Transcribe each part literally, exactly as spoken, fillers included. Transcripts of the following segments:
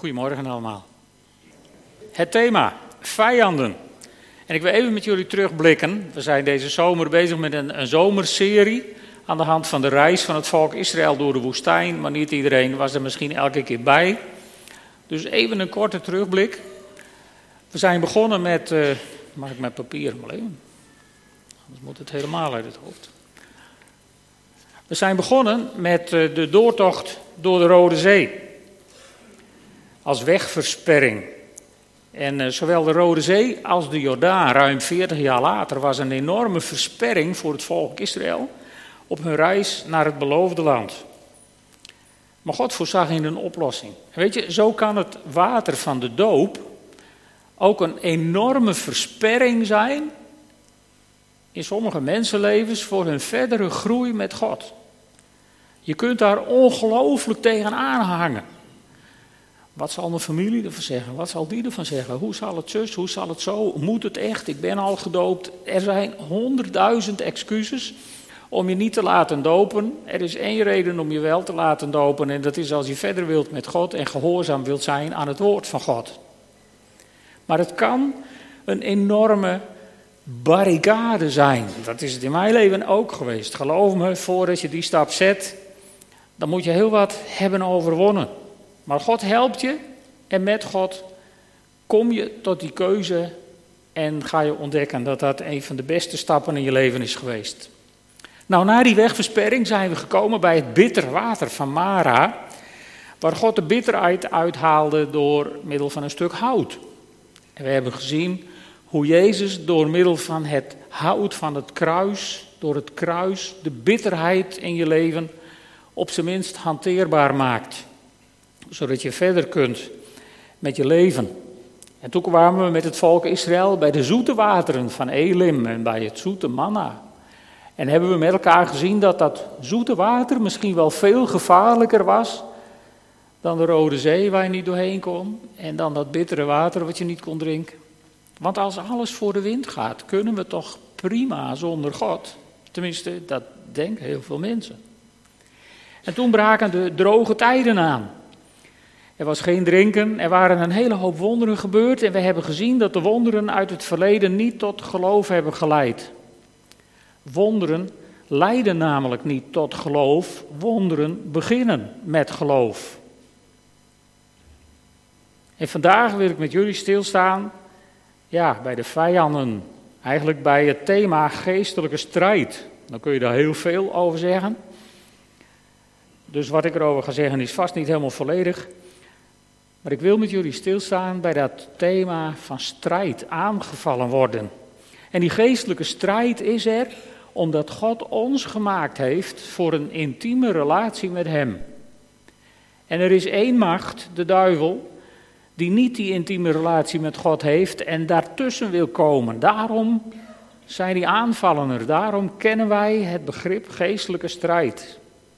Goedemorgen allemaal. Het thema, vijanden. En ik wil even met jullie terugblikken. We zijn deze zomer bezig met een, een zomerserie aan de hand van de reis van het volk Israël door de woestijn. Maar niet iedereen was er misschien elke keer bij. Dus even een korte terugblik. We zijn begonnen met, uh, mag ik mijn papier maar even? Anders moet het helemaal uit het hoofd. We zijn begonnen met uh, de doortocht door de Rode Zee. Als wegversperring. En uh, zowel de Rode Zee als de Jordaan, ruim veertig jaar later, was een enorme versperring voor het volk Israël op hun reis naar het beloofde land. Maar God voorzag in een oplossing. En weet je, zo kan het water van de doop ook een enorme versperring zijn in sommige mensenlevens voor hun verdere groei met God. Je kunt daar ongelooflijk tegenaan hangen. Wat zal mijn familie ervan zeggen? Wat zal die ervan zeggen? Hoe zal het zus? Hoe zal het zo? Moet het echt? Ik ben al gedoopt. Er zijn honderdduizend excuses om je niet te laten dopen. Er is één reden om je wel te laten dopen. En dat is als je verder wilt met God en gehoorzaam wilt zijn aan het woord van God. Maar het kan een enorme barricade zijn. Dat is het in mijn leven ook geweest. Geloof me, voordat je die stap zet, dan moet je heel wat hebben overwonnen. Maar God helpt je en met God kom je tot die keuze en ga je ontdekken dat dat een van de beste stappen in je leven is geweest. Nou, na die wegversperring zijn we gekomen bij het bitter water van Mara, waar God de bitterheid uithaalde door middel van een stuk hout. En we hebben gezien hoe Jezus door middel van het hout van het kruis, door het kruis, de bitterheid in je leven op zijn minst hanteerbaar maakt. Zodat je verder kunt met je leven. En toen kwamen we met het volk Israël bij de zoete wateren van Elim en bij het zoete manna. En hebben we met elkaar gezien dat dat zoete water misschien wel veel gevaarlijker was dan de Rode Zee waar je niet doorheen kon en dan dat bittere water wat je niet kon drinken. Want als alles voor de wind gaat, kunnen we toch prima zonder God. Tenminste, dat denken heel veel mensen. En toen braken de droge tijden aan. Er was geen drinken, er waren een hele hoop wonderen gebeurd en we hebben gezien dat de wonderen uit het verleden niet tot geloof hebben geleid. Wonderen leiden namelijk niet tot geloof, wonderen beginnen met geloof. En vandaag wil ik met jullie stilstaan, ja, bij de vijanden, eigenlijk bij het thema geestelijke strijd. Dan kun je daar heel veel over zeggen. Dus wat ik erover ga zeggen is vast niet helemaal volledig. Maar ik wil met jullie stilstaan bij dat thema van strijd, aangevallen worden. En die geestelijke strijd is er omdat God ons gemaakt heeft voor een intieme relatie met Hem. En er is één macht, de duivel, die niet die intieme relatie met God heeft en daartussen wil komen. Daarom zijn die aanvallen er. Daarom kennen wij het begrip geestelijke strijd.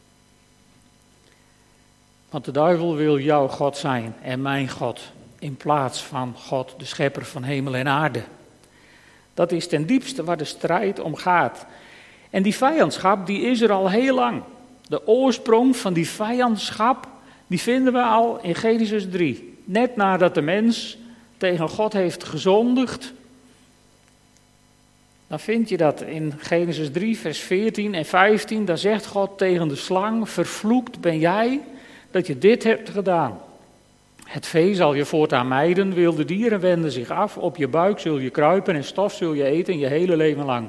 Want de duivel wil jouw God zijn en mijn God, in plaats van God, de schepper van hemel en aarde. Dat is ten diepste waar de strijd om gaat. En die vijandschap, die is er al heel lang. De oorsprong van die vijandschap, die vinden we al in Genesis drie. Net nadat de mens tegen God heeft gezondigd, dan vind je dat in Genesis drie, vers veertien en vijftien. Daar zegt God tegen de slang, vervloekt ben jij dat je dit hebt gedaan. Het vee zal je voortaan mijden, wilde dieren wenden zich af, op je buik zul je kruipen en stof zul je eten je hele leven lang.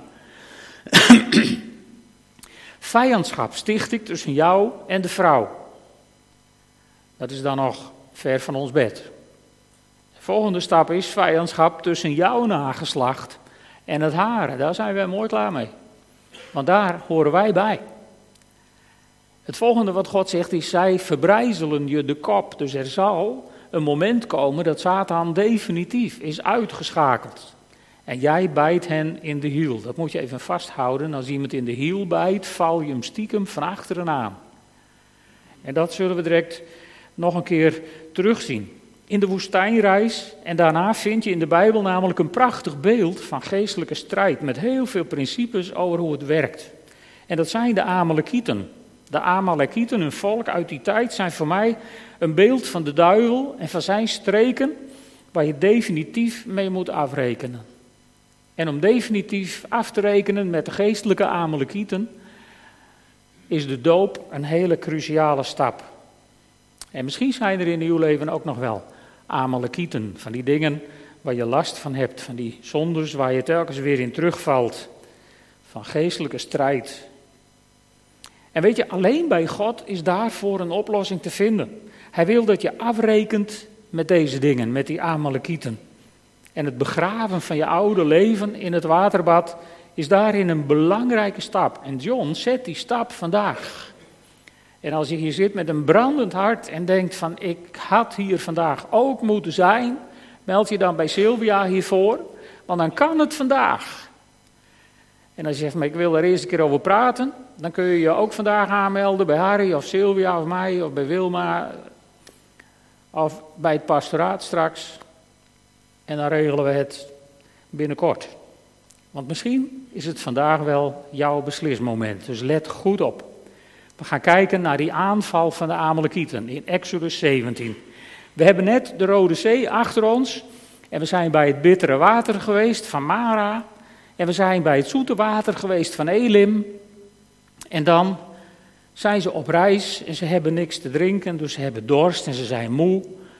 Vijandschap sticht ik tussen jou en de vrouw. Dat is dan nog ver van ons bed. De volgende stap is vijandschap tussen jouw nageslacht en het hare. Daar zijn wij mooi klaar mee. Want daar horen wij bij. Het volgende wat God zegt is, zij verbrijzelen je de kop. Dus er zal een moment komen dat Satan definitief is uitgeschakeld. En jij bijt hen in de hiel. Dat moet je even vasthouden. Als iemand in de hiel bijt, val je hem stiekem van achteren aan. En dat zullen we direct nog een keer terugzien. In de woestijnreis en daarna vind je in de Bijbel namelijk een prachtig beeld van geestelijke strijd. Met heel veel principes over hoe het werkt. En dat zijn de Amalekieten. De Amalekieten, een volk uit die tijd, zijn voor mij een beeld van de duivel en van zijn streken waar je definitief mee moet afrekenen. En om definitief af te rekenen met de geestelijke Amalekieten is de doop een hele cruciale stap. En misschien zijn er in uw leven ook nog wel Amalekieten, van die dingen waar je last van hebt, van die zondes waar je telkens weer in terugvalt, van geestelijke strijd. En weet je, alleen bij God is daarvoor een oplossing te vinden. Hij wil dat je afrekent met deze dingen, met die Amalekieten. En het begraven van je oude leven in het waterbad is daarin een belangrijke stap. En John zet die stap vandaag. En als je hier zit met een brandend hart en denkt van ik had hier vandaag ook moeten zijn, meld je dan bij Sylvia hiervoor, want dan kan het vandaag. En als je zegt, maar ik wil er eerst een keer over praten, dan kun je je ook vandaag aanmelden bij Harry of Sylvia of mij of bij Wilma of bij het pastoraat straks. En dan regelen we het binnenkort. Want misschien is het vandaag wel jouw beslismoment, dus let goed op. We gaan kijken naar die aanval van de Amalekieten in Exodus zeventien. We hebben net de Rode Zee achter ons en we zijn bij het bittere water geweest van Mara. En we zijn bij het zoete water geweest van Elim. En dan zijn ze op reis en ze hebben niks te drinken, dus ze hebben dorst en ze zijn moe.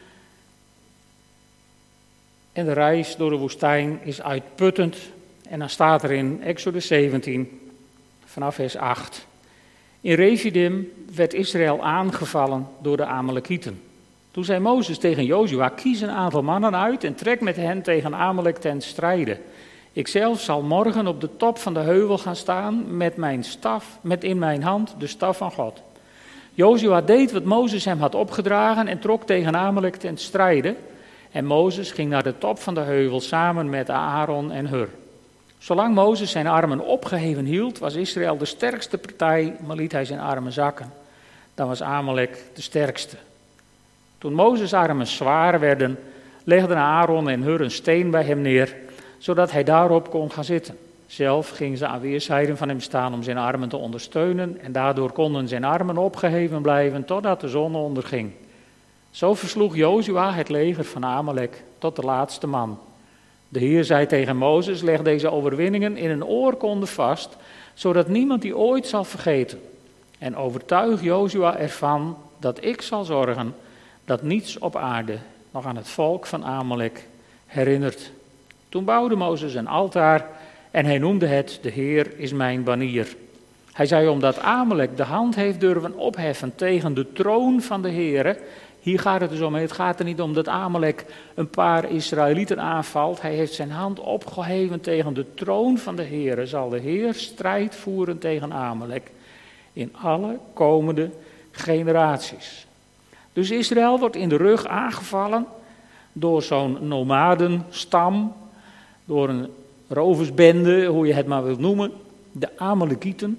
En de reis door de woestijn is uitputtend. En dan staat er in Exodus zeventien, vanaf vers acht. In Refidim werd Israël aangevallen door de Amalekieten. Toen zei Mozes tegen Jozua, kies een aantal mannen uit en trek met hen tegen Amalek ten strijde. Ikzelf zal morgen op de top van de heuvel gaan staan met mijn staf, met in mijn hand de staf van God. Jozua deed wat Mozes hem had opgedragen en trok tegen Amalek ten strijde. En Mozes ging naar de top van de heuvel samen met Aaron en Hur. Zolang Mozes zijn armen opgeheven hield, was Israël de sterkste partij, maar liet hij zijn armen zakken. Dan was Amalek de sterkste. Toen Mozes' armen zwaar werden, legden Aaron en Hur een steen bij hem neer, zodat hij daarop kon gaan zitten. Zelf gingen ze aan weerszijden van hem staan om zijn armen te ondersteunen en daardoor konden zijn armen opgeheven blijven totdat de zon onderging. Zo versloeg Jozua het leger van Amalek tot de laatste man. De Heer zei tegen Mozes, leg deze overwinningen in een oorkonde vast, zodat niemand die ooit zal vergeten. En overtuig Jozua ervan dat ik zal zorgen dat niets op aarde nog aan het volk van Amalek herinnert. Toen bouwde Mozes een altaar en hij noemde het, de Heer is mijn banier. Hij zei, omdat Amalek de hand heeft durven opheffen tegen de troon van de Heere. Hier gaat het dus om, het gaat er niet om dat Amalek een paar Israëlieten aanvalt. Hij heeft zijn hand opgeheven tegen de troon van de Heere. Zal de Heer strijd voeren tegen Amalek in alle komende generaties. Dus Israël wordt in de rug aangevallen door zo'n nomadenstam, door een roversbende, hoe je het maar wilt noemen, de Amalekieten.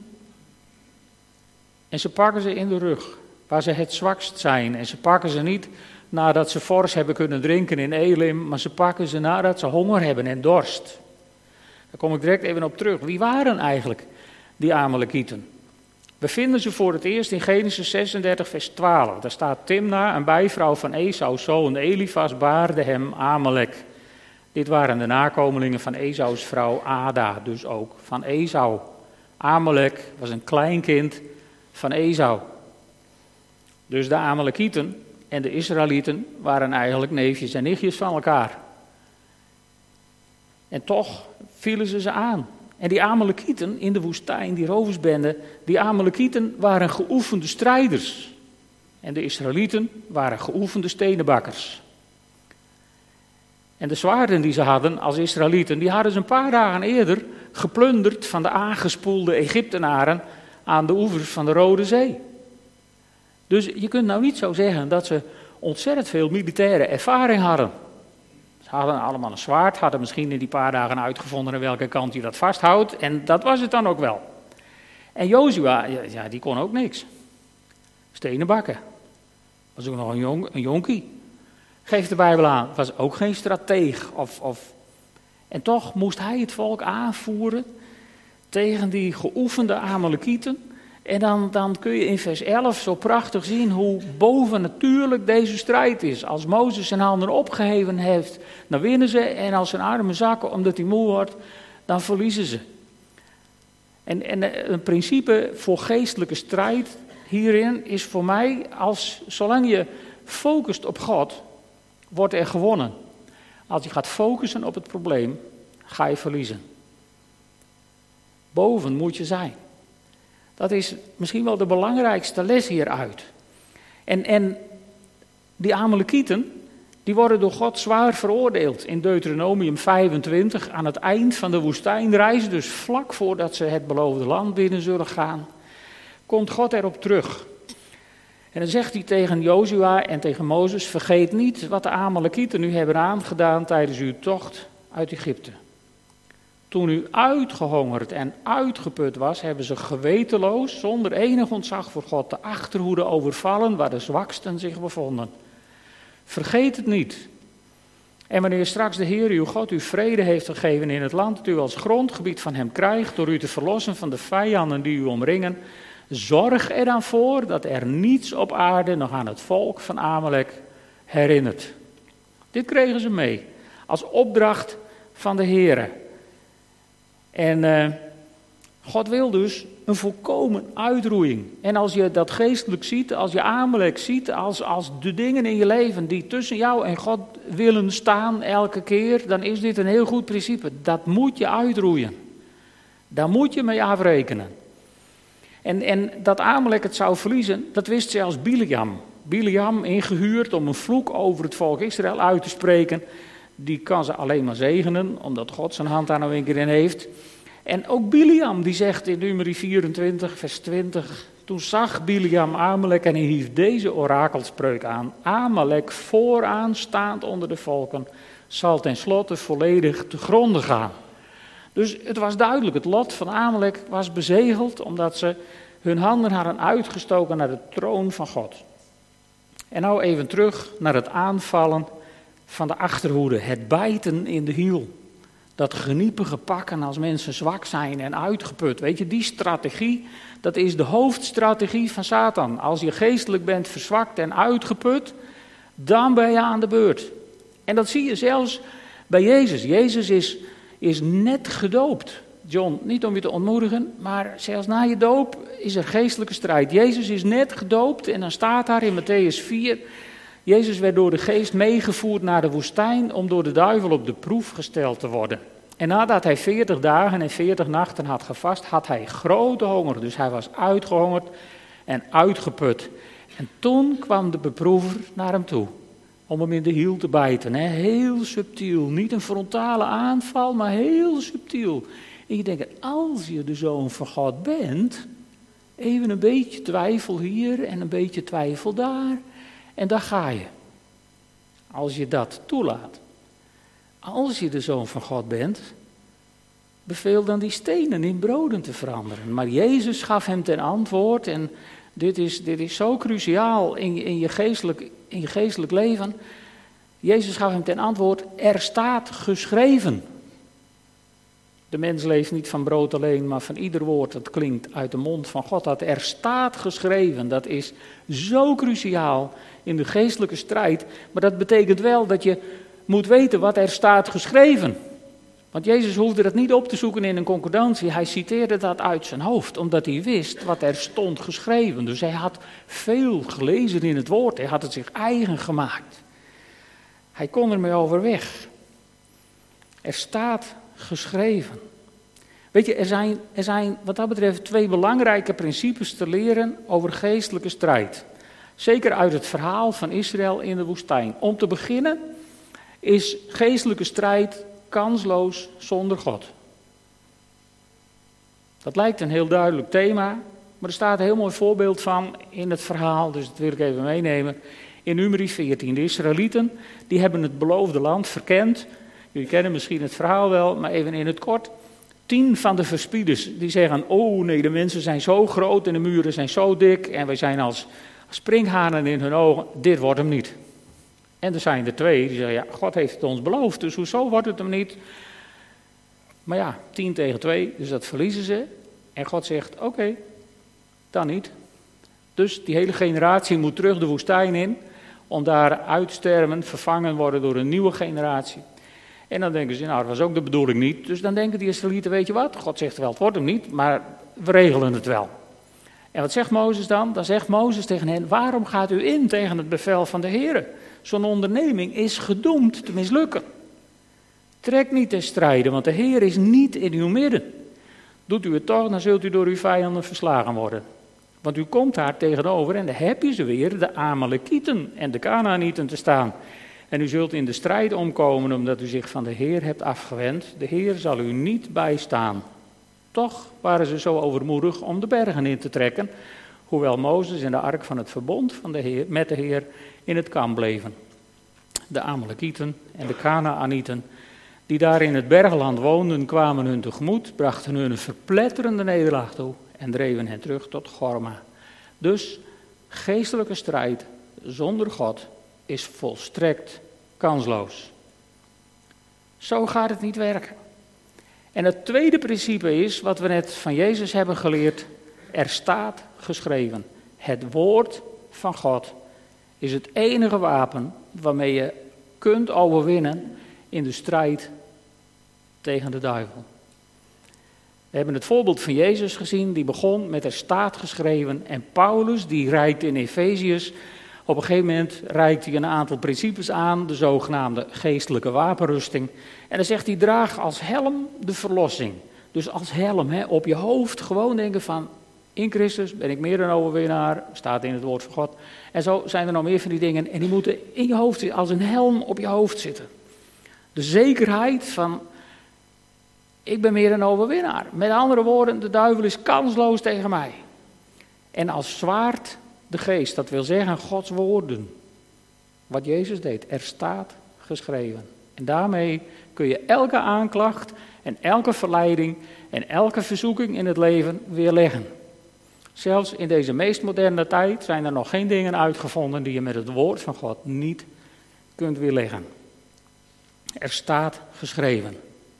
En ze pakken ze in de rug, waar ze het zwakst zijn. En ze pakken ze niet nadat ze fors hebben kunnen drinken in Elim, maar ze pakken ze nadat ze honger hebben en dorst. Daar kom ik direct even op terug. Wie waren eigenlijk die Amalekieten? We vinden ze voor het eerst in Genesis zesendertig vers twaalf. Daar staat Timna, een bijvrouw van Esau's zoon Elifas, baarde hem Amalek. Dit waren de nakomelingen van Esau's vrouw Ada, dus ook van Esau. Amalek was een kleinkind van Esau. Dus de Amalekieten en de Israëlieten waren eigenlijk neefjes en nichtjes van elkaar. En toch vielen ze ze aan. En die Amalekieten in de woestijn, die roversbende, die Amalekieten waren geoefende strijders. En de Israëlieten waren geoefende stenenbakkers. En de zwaarden die ze hadden als Israëlieten, die hadden ze een paar dagen eerder geplunderd van de aangespoelde Egyptenaren aan de oevers van de Rode Zee. Dus je kunt nou niet zo zeggen dat ze ontzettend veel militaire ervaring hadden. Ze hadden allemaal een zwaard, hadden misschien in die paar dagen uitgevonden aan welke kant je dat vasthoudt. En dat was het dan ook wel. En Jozua, ja, die kon ook niks. Stenen bakken. Was ook nog een, jong, een jonkie. Geeft de Bijbel aan. Was ook geen strateeg. Of, of... En toch moest hij het volk aanvoeren tegen die geoefende Amalekieten. En dan, dan kun je in vers elf zo prachtig zien hoe bovennatuurlijk deze strijd is. Als Mozes zijn handen opgeheven heeft, dan winnen ze. En als zijn armen zakken omdat hij moe wordt, dan verliezen ze. En, en een principe voor geestelijke strijd hierin is voor mij, als, zolang je focust op God, wordt er gewonnen. Als je gaat focussen op het probleem, ga je verliezen. Boven moet je zijn. Dat is misschien wel de belangrijkste les hieruit. En, en die Amalekieten, die worden door God zwaar veroordeeld. In Deuteronomium vijfentwintig, aan het eind van de woestijnreis, dus vlak voordat ze het beloofde land binnen zullen gaan, komt God erop terug. En dan zegt hij tegen Jozua en tegen Mozes: vergeet niet wat de Amalekieten u hebben aangedaan tijdens uw tocht uit Egypte. Toen u uitgehongerd en uitgeput was, hebben ze gewetenloos, zonder enig ontzag voor God, de achterhoede overvallen waar de zwaksten zich bevonden. Vergeet het niet. En wanneer straks de Heer uw God u vrede heeft gegeven in het land dat u als grondgebied van hem krijgt, door u te verlossen van de vijanden die u omringen, zorg er dan voor dat er niets op aarde nog aan het volk van Amalek herinnert. Dit kregen ze mee, als opdracht van de Heer. En uh, God wil dus een volkomen uitroeiing. En als je dat geestelijk ziet, als je Amalek ziet, als, als de dingen in je leven die tussen jou en God willen staan elke keer, dan is dit een heel goed principe. Dat moet je uitroeien. Daar moet je mee afrekenen. En, en dat Amalek het zou verliezen, dat wist zelfs Bileam. Bileam ingehuurd om een vloek over het volk Israël uit te spreken. Die kan ze alleen maar zegenen, omdat God zijn hand daar nou een keer in heeft. En ook Bileam, die zegt in Numeri vierentwintig, vers twintig... Toen zag Bileam Amalek en hij hief deze orakelspreuk aan. Amalek, vooraan staand onder de volken, zal tenslotte volledig te gronde gaan. Dus het was duidelijk, het lot van Amalek was bezegeld, omdat ze hun handen hadden uitgestoken naar de troon van God. En nou even terug naar het aanvallen van de achterhoede, het bijten in de hiel. Dat geniepige pakken als mensen zwak zijn en uitgeput. Weet je, die strategie, dat is de hoofdstrategie van Satan. Als je geestelijk bent verzwakt en uitgeput, dan ben je aan de beurt. En dat zie je zelfs bij Jezus. Jezus is, is net gedoopt. John, niet om je te ontmoedigen, maar zelfs na je doop is er geestelijke strijd. Jezus is net gedoopt en dan staat daar in Matthäus vier... Jezus werd door de geest meegevoerd naar de woestijn om door de duivel op de proef gesteld te worden. En nadat hij veertig dagen en veertig nachten had gevast, had hij grote honger. Dus hij was uitgehongerd en uitgeput. En toen kwam de beproever naar hem toe om hem in de hiel te bijten. Hè? Heel subtiel, niet een frontale aanval, maar heel subtiel. En je denkt, als je de zoon van God bent, even een beetje twijfel hier en een beetje twijfel daar. En daar ga je. Als je dat toelaat. Als je de zoon van God bent, beveel dan die stenen in broden te veranderen. Maar Jezus gaf hem ten antwoord, en dit is, dit is zo cruciaal in je, in, je geestelijk, in je geestelijk leven. Jezus gaf hem ten antwoord, er staat geschreven. De mens leeft niet van brood alleen, maar van ieder woord dat klinkt uit de mond van God. Dat er staat geschreven, dat is zo cruciaal in de geestelijke strijd. Maar dat betekent wel dat je moet weten wat er staat geschreven. Want Jezus hoefde dat niet op te zoeken in een concordantie. Hij citeerde dat uit zijn hoofd, omdat hij wist wat er stond geschreven. Dus hij had veel gelezen in het woord. Hij had het zich eigen gemaakt. Hij kon ermee overweg. Er staat geschreven. Weet je, er zijn, er zijn wat dat betreft twee belangrijke principes te leren over geestelijke strijd. Zeker uit het verhaal van Israël in de woestijn. Om te beginnen is geestelijke strijd kansloos zonder God. Dat lijkt een heel duidelijk thema, maar er staat een heel mooi voorbeeld van in het verhaal, dus dat wil ik even meenemen. In Numeri veertien, de Israëlieten, die hebben het beloofde land verkend. Jullie kennen misschien het verhaal wel, maar even in het kort. Tien van de verspieders die zeggen, oh nee, de mensen zijn zo groot en de muren zijn zo dik en wij zijn als springhanen in hun ogen, dit wordt hem niet. En er zijn er twee die zeggen, ja, God heeft het ons beloofd, dus hoezo wordt het hem niet? Maar ja, tien tegen twee, dus dat verliezen ze. En God zegt, oké, okay, Dan niet. Dus die hele generatie moet terug de woestijn in, om daar uit te sterven, vervangen worden door een nieuwe generatie. En dan denken ze, nou dat was ook de bedoeling niet. Dus dan denken die Israëlieten, weet je wat, God zegt wel, het wordt hem niet, maar we regelen het wel. En wat zegt Mozes dan? Dan zegt Mozes tegen hen, waarom gaat u in tegen het bevel van de Heere? Zo'n onderneming is gedoemd te mislukken. Trek niet te strijden, want de Heer is niet in uw midden. Doet u het toch, dan zult u door uw vijanden verslagen worden. Want u komt daar tegenover en dan heb je ze weer, de Amalekieten en de Kanaanieten te staan. En u zult in de strijd omkomen omdat u zich van de Heer hebt afgewend. De Heer zal u niet bijstaan. Toch waren ze zo overmoedig om de bergen in te trekken, hoewel Mozes en de ark van het verbond van de Heer, met de Heer in het kamp bleven. De Amalekieten en de Kanaanieten die daar in het bergland woonden, kwamen hun tegemoet, brachten hun een verpletterende nederlaag toe en dreven hen terug tot Gorma. Dus geestelijke strijd zonder God is volstrekt kansloos. Zo gaat het niet werken. En het tweede principe is, wat we net van Jezus hebben geleerd, er staat geschreven. Het woord van God is het enige wapen waarmee je kunt overwinnen in de strijd tegen de duivel. We hebben het voorbeeld van Jezus gezien, die begon met er staat geschreven. En Paulus, die reikt in Efeziërs, op een gegeven moment reikt hij een aantal principes aan, de zogenaamde geestelijke wapenrusting. En dan zegt hij, draag als helm de verlossing. Dus als helm, hè, op je hoofd, gewoon denken van, in Christus ben ik meer dan overwinnaar, staat in het woord van God. En zo zijn er nog meer van die dingen, en die moeten in je hoofd zitten, als een helm op je hoofd zitten. De zekerheid van, ik ben meer dan overwinnaar. Met andere woorden, de duivel is kansloos tegen mij. En als zwaard de geest, dat wil zeggen Gods woorden. Wat Jezus deed, er staat geschreven. En daarmee kun je elke aanklacht en elke verleiding en elke verzoeking in het leven weerleggen. Zelfs in deze meest moderne tijd zijn er nog geen dingen uitgevonden die je met het woord van God niet kunt weerleggen. Er staat geschreven.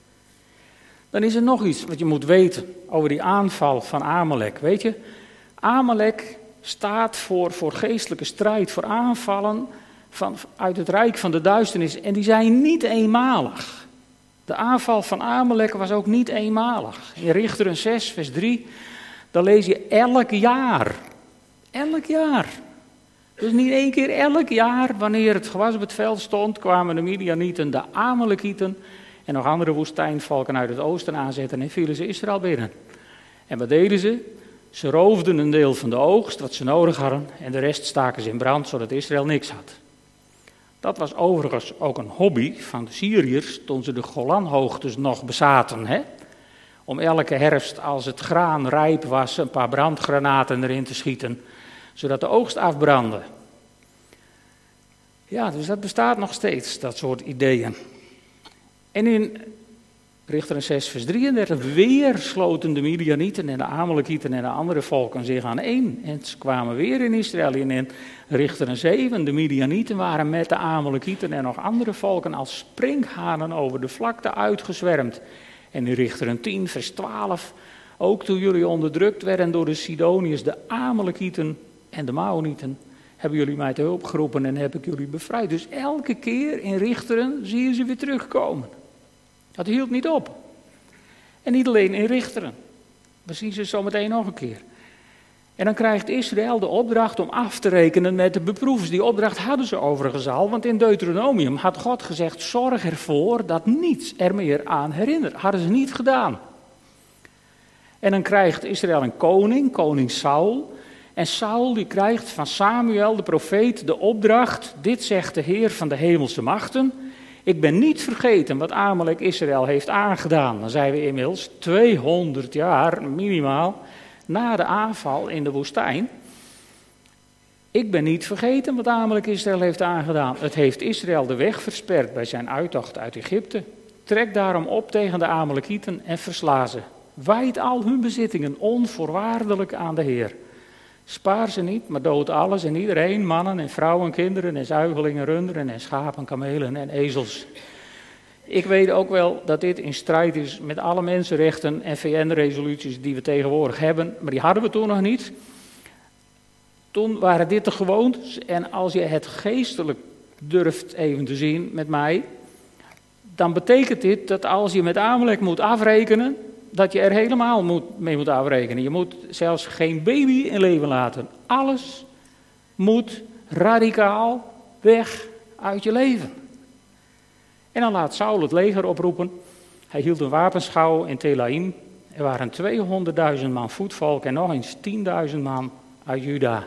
Dan is er nog iets wat je moet weten over die aanval van Amalek. Weet je, Amalek staat voor, voor geestelijke strijd, voor aanvallen van, uit het rijk van de duisternis. En die zijn niet eenmalig. De aanval van Amalek was ook niet eenmalig. In Richteren zes, vers drie, dan lees je elk jaar. Elk jaar. Dus niet één keer, elk jaar, wanneer het gewas op het veld stond, kwamen de Midianieten, de Amalekieten en nog andere woestijnvolken uit het oosten aanzetten en vielen ze Israël binnen. En wat deden ze? Ze roofden een deel van de oogst, wat ze nodig hadden, en de rest staken ze in brand, zodat Israël niks had. Dat was overigens ook een hobby van de Syriërs, toen ze de Golanhoogtes nog bezaten. Hè? Om elke herfst, als het graan rijp was, een paar brandgranaten erin te schieten, zodat de oogst afbrandde. Ja, dus dat bestaat nog steeds, dat soort ideeën. En in Richteren zes, vers drieëndertig, weer sloten de Midianieten en de Amalekieten en de andere volken zich aan één. En ze kwamen weer in Israël in. En Richteren zeven, de Midianieten waren met de Amalekieten en nog andere volken als sprinkhanen over de vlakte uitgezwermd. En in Richteren tien, vers twaalf, ook toen jullie onderdrukt werden door de Sidoniërs, de Amalekieten en de Maonieten, hebben jullie mij te hulp geroepen en heb ik jullie bevrijd. Dus elke keer in Richteren zie je ze weer terugkomen. Dat hield niet op. En niet alleen in Richteren. We zien ze zo meteen nog een keer. En dan krijgt Israël de opdracht om af te rekenen met de beproevers. Die opdracht hadden ze overigens al, want in Deuteronomium had God gezegd, zorg ervoor dat niets er meer aan herinnert. Hadden ze niet gedaan. En dan krijgt Israël een koning, koning Saul. En Saul die krijgt van Samuel, de profeet, de opdracht, dit zegt de Heer van de hemelse machten, ik ben niet vergeten wat Amalek Israël heeft aangedaan. Dan zijn we inmiddels tweehonderd jaar minimaal na de aanval in de woestijn. Ik ben niet vergeten wat Amalek Israël heeft aangedaan. Het heeft Israël de weg versperd bij zijn uittocht uit Egypte. Trek daarom op tegen de Amalekieten en versla ze. Wijd al hun bezittingen onvoorwaardelijk aan de Heer. Spaar ze niet, maar dood alles en iedereen, mannen en vrouwen, kinderen en zuigelingen, runderen en schapen, kamelen en ezels. Ik weet ook wel dat dit in strijd is met alle mensenrechten en V N-resoluties die we tegenwoordig hebben, maar die hadden we toen nog niet. Toen waren dit de gewoontes. En als je het geestelijk durft even te zien met mij, dan betekent dit dat als je met Amalek moet afrekenen, dat je er helemaal moet, mee moet afrekenen. Je moet zelfs geen baby in leven laten. Alles moet radicaal weg uit je leven. En dan laat Saul het leger oproepen. Hij hield een wapenschouw in Telaim. Er waren tweehonderdduizend man voetvolk en nog eens tienduizend man uit Juda.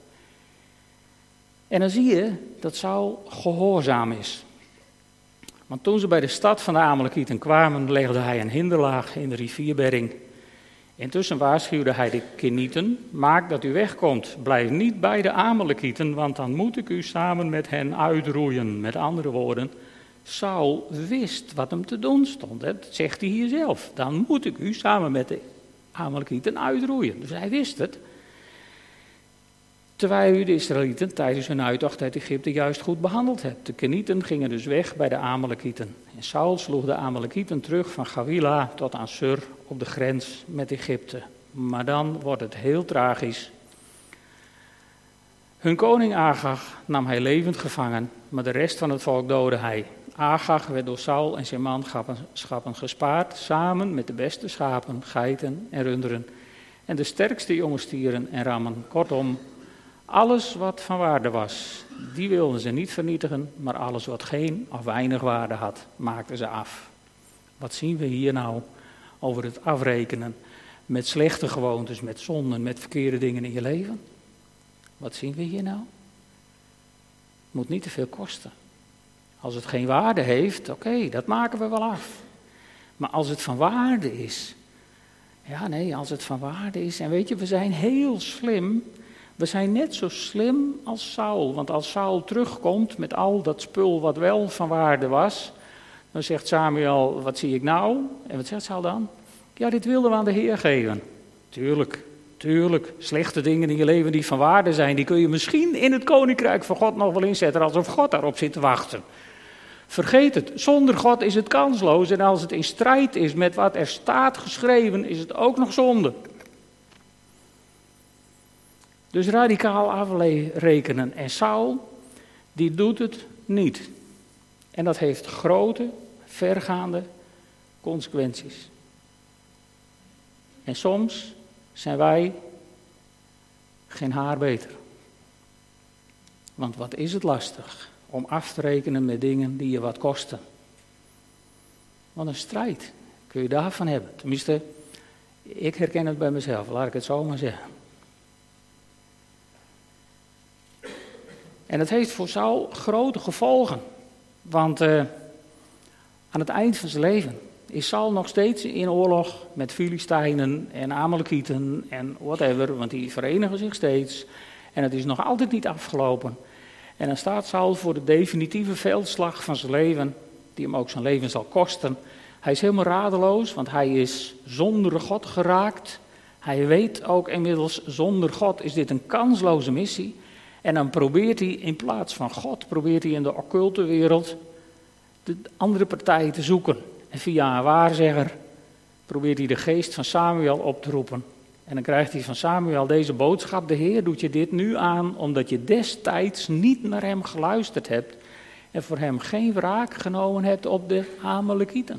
En dan zie je dat Saul gehoorzaam is. Want toen ze bij de stad van de Amalekieten kwamen, legde hij een hinderlaag in de rivierbedding. Intussen waarschuwde hij de Kenieten: maak dat u wegkomt, blijf niet bij de Amalekieten, want dan moet ik u samen met hen uitroeien. Met andere woorden, Saul wist wat hem te doen stond. Dat zegt hij hier zelf. Dan moet ik u samen met de Amalekieten uitroeien. Dus hij wist het. Terwijl u de Israëlieten tijdens hun uittocht uit Egypte juist goed behandeld hebt. De Kenieten gingen dus weg bij de Amalekieten. En Saul sloeg de Amalekieten terug van Gawila tot aan Sur op de grens met Egypte. Maar dan wordt het heel tragisch. Hun koning Agag nam hij levend gevangen, maar de rest van het volk doodde hij. Agag werd door Saul en zijn manschappen gespaard, samen met de beste schapen, geiten en runderen. En de sterkste jonge stieren en rammen. Kortom, alles wat van waarde was, die wilden ze niet vernietigen, maar alles wat geen of weinig waarde had, maakten ze af. Wat zien we hier nou over het afrekenen met slechte gewoontes, met zonden, met verkeerde dingen in je leven? Wat zien we hier nou? Het moet niet te veel kosten. Als het geen waarde heeft, oké, okay, dat maken we wel af. Maar als het van waarde is, ja nee, als het van waarde is, en weet je, we zijn heel slim. We zijn net zo slim als Saul, want als Saul terugkomt met al dat spul wat wel van waarde was, dan zegt Samuel, wat zie ik nou? En wat zegt Saul dan? Ja, dit wilden we aan de Heer geven. Tuurlijk, tuurlijk, slechte dingen in je leven die van waarde zijn, die kun je misschien in het koninkrijk van God nog wel inzetten, alsof God daarop zit te wachten. Vergeet het, zonder God is het kansloos en als het in strijd is met wat er staat geschreven, is het ook nog zonde. Dus radicaal afrekenen. En Saul, die doet het niet. En dat heeft grote, vergaande consequenties. En soms zijn wij geen haar beter. Want wat is het lastig om af te rekenen met dingen die je wat kosten. Wat een strijd kun je daarvan hebben. Tenminste, ik herken het bij mezelf, laat ik het zo maar zeggen. En dat heeft voor Saul grote gevolgen. Want uh, aan het eind van zijn leven is Saul nog steeds in oorlog met Filistijnen en Amalekieten en whatever. Want die verenigen zich steeds. En het is nog altijd niet afgelopen. En dan staat Saul voor de definitieve veldslag van zijn leven, die hem ook zijn leven zal kosten. Hij is helemaal radeloos, want hij is zonder God geraakt. Hij weet ook inmiddels, zonder God is dit een kansloze missie. En dan probeert hij in plaats van God, probeert hij in de occulte wereld de andere partij te zoeken. En via een waarzegger probeert hij de geest van Samuel op te roepen. En dan krijgt hij van Samuel deze boodschap: de Heer doet je dit nu aan, omdat je destijds niet naar hem geluisterd hebt en voor hem geen wraak genomen hebt op de Amalekieten.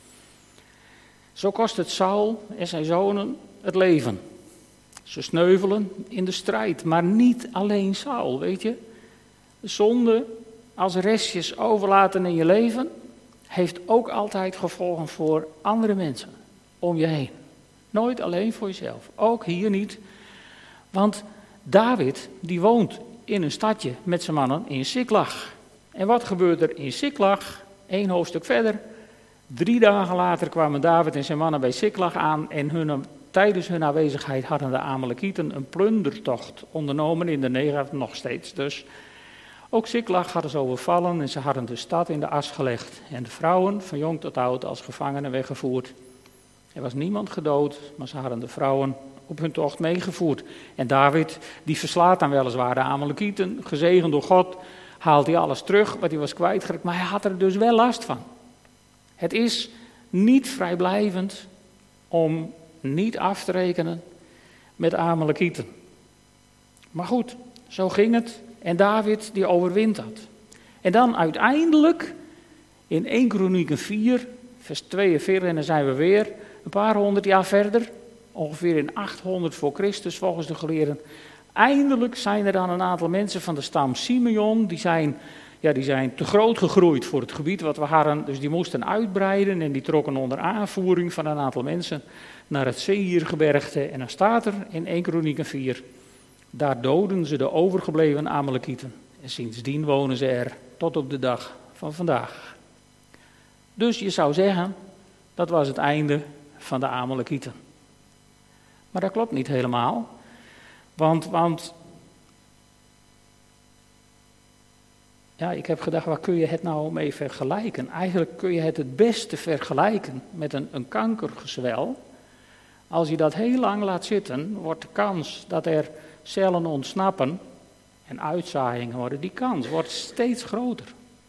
Zo kost het Saul en zijn zonen het leven. Ze sneuvelen in de strijd, maar niet alleen Saul, weet je. Zonde als restjes overlaten in je leven heeft ook altijd gevolgen voor andere mensen om je heen. Nooit alleen voor jezelf, ook hier niet. Want David, die woont in een stadje met zijn mannen in Siklag. En wat gebeurt er in Siklag? Eén hoofdstuk verder. Drie dagen later kwamen David en zijn mannen bij Siklag aan en hun, tijdens hun aanwezigheid hadden de Amalekieten een plundertocht ondernomen in de Negev, nog steeds dus. Ook Siklag hadden ze overvallen en ze hadden de stad in de as gelegd. En de vrouwen, van jong tot oud, als gevangenen weggevoerd. Er was niemand gedood, maar ze hadden de vrouwen op hun tocht meegevoerd. En David, die verslaat dan weliswaar de Amalekieten, gezegend door God, haalt hij alles terug wat hij was kwijtgeraakt, maar hij had er dus wel last van. Het is niet vrijblijvend om niet af te rekenen met Amalekieten. Maar goed, zo ging het. En David die overwint dat. En dan uiteindelijk in eerste Kronieken vier, vers tweeënveertig, en dan zijn we weer een paar honderd jaar verder. Ongeveer in achthonderd voor Christus volgens de geleerden. Eindelijk zijn er dan een aantal mensen van de stam Simeon, die zijn, ja, die zijn te groot gegroeid voor het gebied wat we hadden. Dus die moesten uitbreiden en die trokken onder aanvoering van een aantal mensen naar het Seirgebergte. En dan staat er in eerste Kronieken vier, daar doden ze de overgebleven Amalekieten. En sindsdien wonen ze er tot op de dag van vandaag. Dus je zou zeggen, dat was het einde van de Amalekieten. Maar dat klopt niet helemaal. Want, want ja, ik heb gedacht, waar kun je het nou mee vergelijken? Eigenlijk kun je het het beste vergelijken met een, een kankergezwel. Als je dat heel lang laat zitten, wordt de kans dat er cellen ontsnappen en uitzaaiingen worden, die kans wordt steeds groter.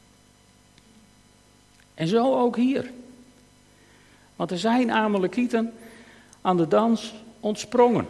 En zo ook hier. Want er zijn Amalekieten aan de dans ontsprongen.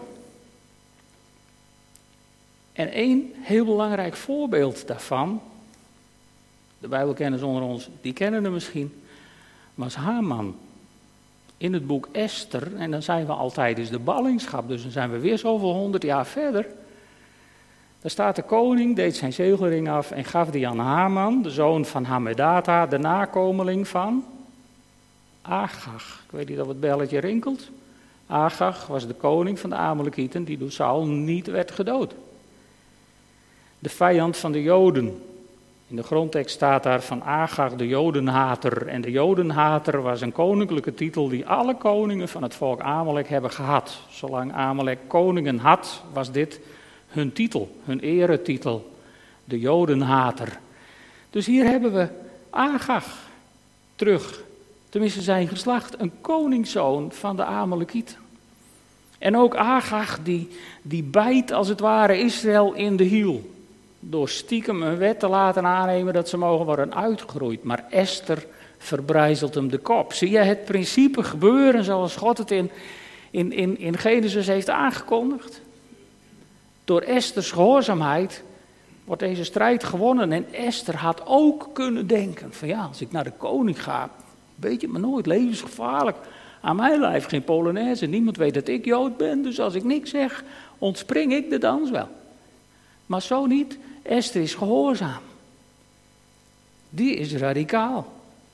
En één heel belangrijk voorbeeld daarvan, de Bijbelkenners onder ons, die kennen hem misschien, was Haman. In het boek Esther, en dan zijn we altijd dus de ballingschap, dus dan zijn we weer zoveel honderd jaar verder. Daar staat de koning, deed zijn zegelring af en gaf die aan Haman, de zoon van Hammedata, de nakomeling van Agag. Ik weet niet of het belletje rinkelt. Agag was de koning van de Amalekieten, die door Saul niet werd gedood. De vijand van de Joden. In de grondtekst staat daar van Agag de Jodenhater. En de Jodenhater was een koninklijke titel die alle koningen van het volk Amalek hebben gehad. Zolang Amalek koningen had, was dit hun titel, hun eretitel. De Jodenhater. Dus hier hebben we Agag terug. Tenminste zijn geslacht, een koningszoon van de Amalekieten. En ook Agag die, die bijt als het ware Israël in de hiel. Door stiekem een wet te laten aannemen dat ze mogen worden uitgegroeid. Maar Esther verbrijzelt hem de kop. Zie je het principe gebeuren zoals God het in, in, in, in Genesis heeft aangekondigd? Door Esters gehoorzaamheid wordt deze strijd gewonnen. En Esther had ook kunnen denken van ja, als ik naar de koning ga, weet je het maar nooit, levensgevaarlijk. Aan mijn lijf geen Polonaise, niemand weet dat ik Jood ben, dus als ik niks zeg, ontspring ik de dans wel. Maar zo niet, Esther is gehoorzaam. Die is radicaal.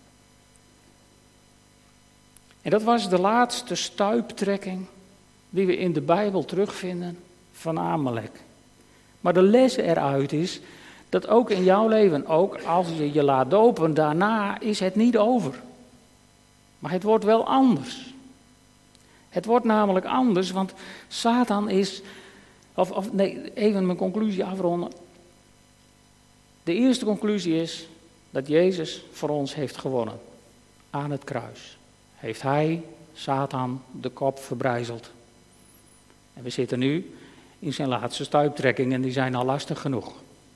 En dat was de laatste stuiptrekking die we in de Bijbel terugvinden van Amalek. Maar de les eruit is dat ook in jouw leven, ook als je je laat dopen, daarna is het niet over. Maar het wordt wel anders. Het wordt namelijk anders, want Satan is, of, of nee, even mijn conclusie afronden. De eerste conclusie is dat Jezus voor ons heeft gewonnen. Aan het kruis heeft hij, Satan, de kop verbrijzeld. En we zitten nu in zijn laatste stuiptrekking en die zijn al lastig genoeg.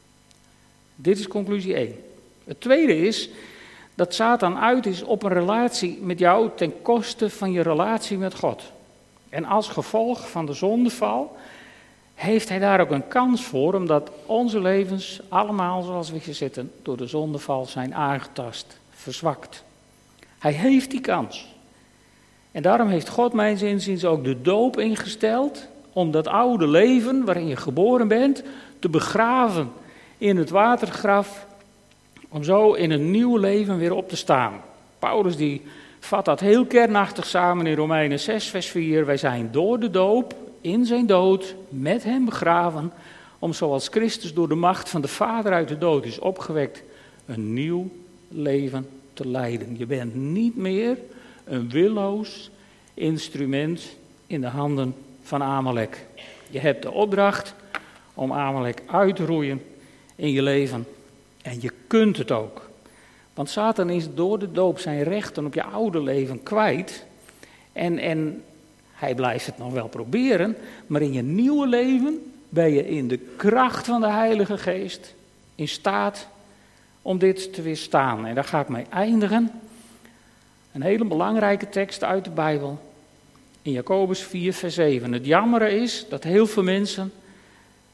Dit is conclusie één. Het tweede is dat Satan uit is op een relatie met jou ten koste van je relatie met God. En als gevolg van de zondeval heeft hij daar ook een kans voor, omdat onze levens allemaal zoals we hier zitten door de zondeval zijn aangetast, verzwakt. Hij heeft die kans. En daarom heeft God mijns inziens ook de doop ingesteld om dat oude leven waarin je geboren bent te begraven in het watergraf, om zo in een nieuw leven weer op te staan. Paulus die vat dat heel kernachtig samen in Romeinen zes vers vier. Wij zijn door de doop in zijn dood met hem begraven, om zoals Christus door de macht van de Vader uit de dood is opgewekt, een nieuw leven te leiden. Je bent niet meer een willoos instrument in de handen van Amalek. Je hebt de opdracht om Amalek uit te roeien in je leven. En je kunt het ook. Want Satan is door de doop zijn rechten op je oude leven kwijt. En, en hij blijft het nog wel proberen. Maar in je nieuwe leven ben je in de kracht van de Heilige Geest in staat om dit te weerstaan. En daar ga ik mee eindigen. Een hele belangrijke tekst uit de Bijbel. In Jacobus vier vers zeven. Het jammere is dat heel veel mensen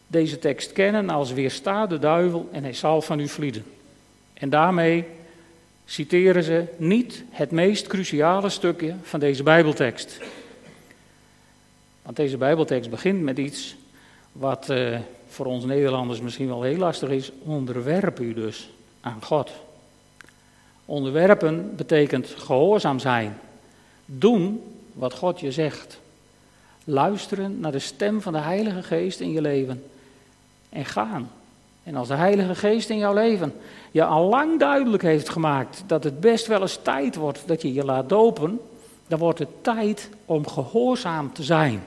deze tekst kennen als weersta de duivel en hij zal van u vlieden. En daarmee citeren ze niet het meest cruciale stukje van deze Bijbeltekst. Want deze Bijbeltekst begint met iets wat uh, voor ons Nederlanders misschien wel heel lastig is. Onderwerp u dus aan God. Onderwerpen betekent gehoorzaam zijn. Doen wat God je zegt. Luisteren naar de stem van de Heilige Geest in je leven. En gaan. En als de Heilige Geest in jouw leven je al lang duidelijk heeft gemaakt dat het best wel eens tijd wordt dat je je laat dopen, dan wordt het tijd om gehoorzaam te zijn.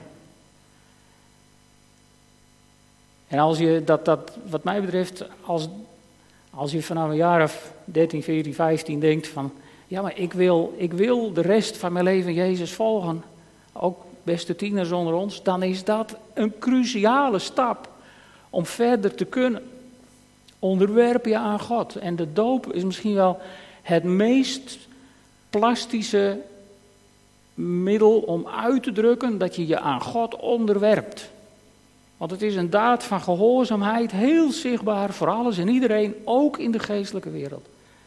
En als je dat, dat wat mij betreft, als, als je vanaf een jaar of dertien, veertien, vijftien denkt van, ja maar ik wil, ik wil de rest van mijn leven Jezus volgen, ook beste tieners onder ons, dan is dat een cruciale stap om verder te kunnen. Onderwerp je aan God. En de doop is misschien wel het meest plastische middel om uit te drukken dat je je aan God onderwerpt. Want het is een daad van gehoorzaamheid, heel zichtbaar voor alles en iedereen, ook in de geestelijke wereld.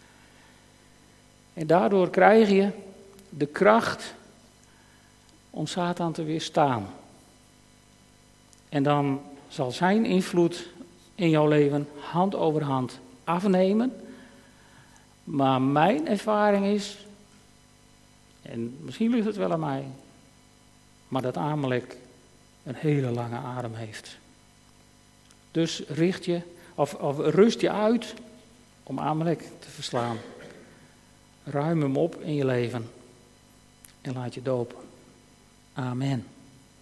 En daardoor krijg je de kracht om Satan te weerstaan. En dan zal zijn invloed in jouw leven hand over hand afnemen. Maar mijn ervaring is, en misschien ligt het wel aan mij, maar dat Amalek een hele lange adem heeft. Dus richt je, of, of rust je uit om Amalek te verslaan. Ruim hem op in je leven en laat je dopen. Amen.